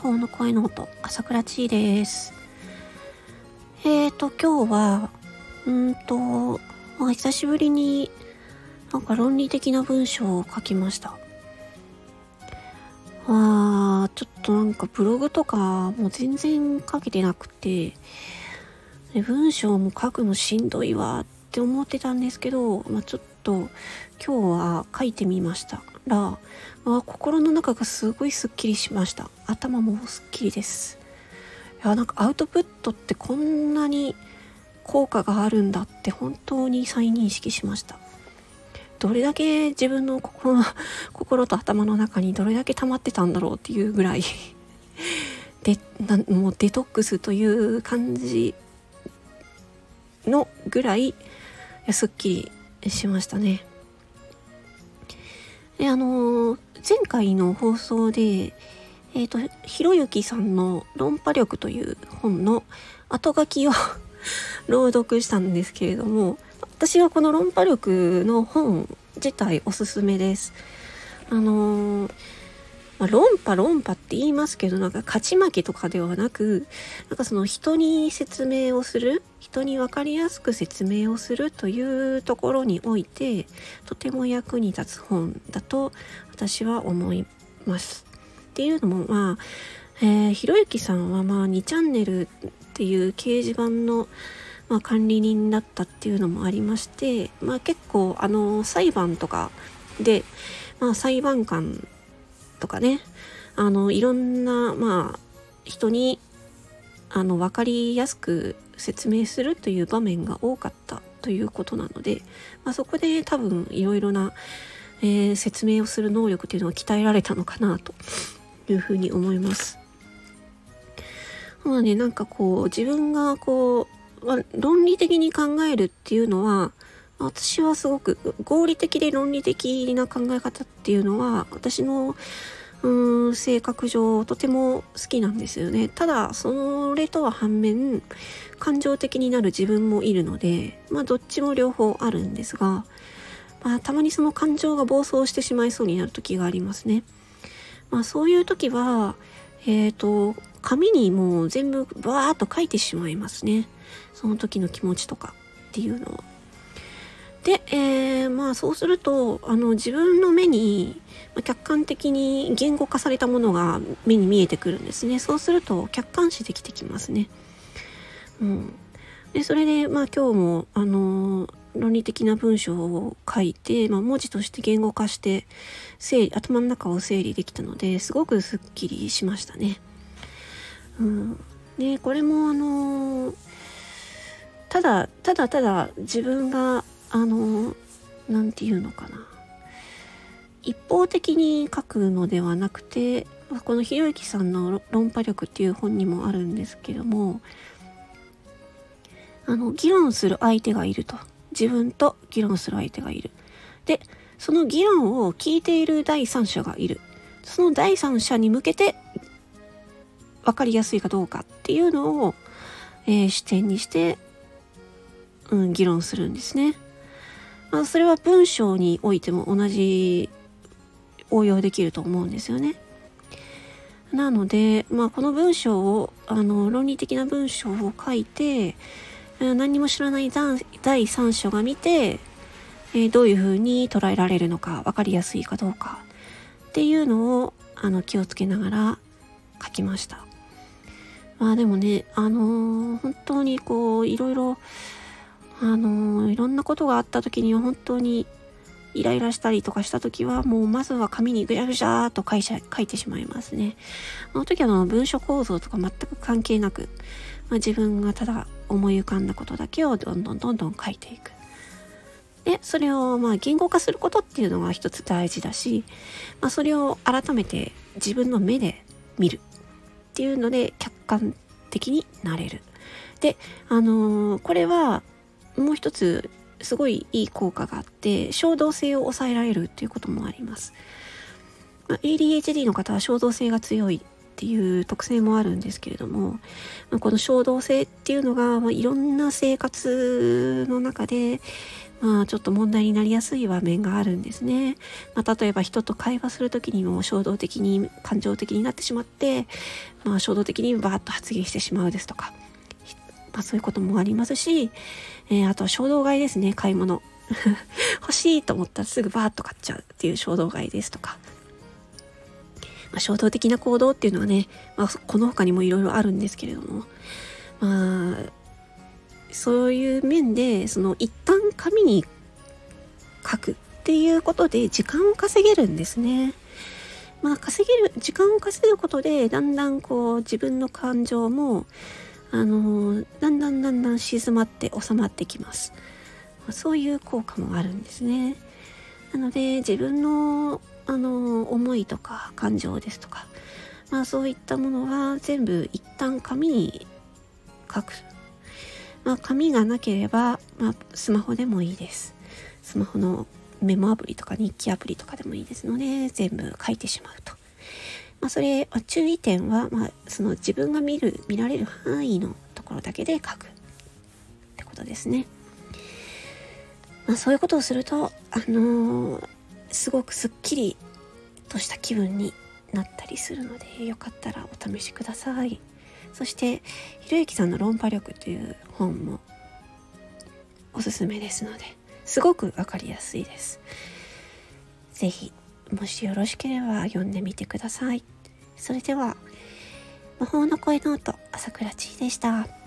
方の声の音、朝倉千恵です。今日は、久しぶりに論理的な文章を書きました。ちょっとブログとかもう全然書けてなくて、文章も書くのしんどいわって思ってたんですけど、ちょっと今日は書いてみましたら、心の中がすごいすっきりしました。頭もすっきりです。アウトプットってこんなに効果があるんだって本当に再認識しました。どれだけ自分の心と頭の中にどれだけ溜まってたんだろうっていうぐらいもうデトックスという感じのぐらいすっきりしましたね。で前回の放送でひろゆきさんの論破力という本の後書きを朗読したんですけれども、私はこの論破力の本自体おすすめです。論破って言いますけど、勝ち負けとかではなく、その人に説明をする、人に分かりやすく説明をするというところにおいてとても役に立つ本だと私は思います。っていうのもひろゆきさんは2チャンネルっていう掲示板の管理人だったっていうのもありまして、結構裁判とかで裁判官とかね、いろんな人に分かりやすく説明するという場面が多かったということなので、そこで多分いろいろな、説明をする能力っていうのは鍛えられたのかなというふうに思います。自分が論理的に考えるっていうのは、私はすごく合理的で論理的な考え方っていうのは私の性格上とても好きなんですよね。ただそれとは反面感情的になる自分もいるので、どっちも両方あるんですが、たまにその感情が暴走してしまいそうになる時がありますね。そういう時は紙にもう全部バーっと書いてしまいますね。その時の気持ちとかっていうのを。で、そうすると自分の目に客観的に言語化されたものが目に見えてくるんですね。そうすると客観視できてきますね。でそれで今日も論理的な文章を書いて、文字として言語化して頭の中を整理できたのですごくすっきりしましたね。でこれもただ自分がなんていうのかな、一方的に書くのではなくて、このひろゆきさんの論破力っていう本にもあるんですけども、議論する相手がいると、自分と議論する相手がいる。でその議論を聞いている第三者がいる。その第三者に向けて分かりやすいかどうかっていうのを、視点にして、議論するんですね。それは文章においても同じ応用できると思うんですよね。なので、この文章を論理的な文章を書いて、何にも知らない第三者が見て、どういうふうに捉えられるのか、分かりやすいかどうかっていうのを気をつけながら書きました。でもね、本当にいろいろいろんなことがあった時には本当にイライラしたりとかした時はもうまずは紙にぐちゃぐちゃーっと書いてしまいますね。その時は文章構造とか全く関係なく、自分がただ思い浮かんだことだけをどんどん書いていく。でそれを言語化することっていうのが一つ大事だし、それを改めて自分の目で見るっていうので客観的になれる。でこれはもう一つすごいいい効果があって、衝動性を抑えられるっていうこともあります。ADHD の方は衝動性が強いっていう特性もあるんですけれども、この衝動性っていうのが、いろんな生活の中で、ちょっと問題になりやすい場面があるんですね。例えば人と会話するときにも衝動的に感情的になってしまって、衝動的にバーッと発言してしまうですとか、そういうこともありますし、あとは衝動買いですね。買い物欲しいと思ったらすぐバーッと買っちゃうっていう衝動買いですとか、衝動的な行動っていうのはね、この他にもいろいろあるんですけれども、そういう面で一旦紙に書くっていうことで時間を稼げるんですね。時間を稼ぐことでだんだん自分の感情もだんだん静まって収まってきます。そういう効果もあるんですね。なので自分の思いとか感情ですとか、そういったものは全部一旦紙に書く。紙がなければ、スマホでもいいです。スマホのメモアプリとか日記アプリとかでもいいですので、全部書いてしまうと。それ、注意点は、自分が見られる範囲のところだけで書くってことですね。そういうことをすると、すごくすっきりとした気分になったりするので、よかったらお試しください。そしてひろゆきさんの論破力という本もおすすめですので、すごくわかりやすいです。ぜひもしよろしければ読んでみてください。それでは魔法の声ノート、朝倉千恵でした。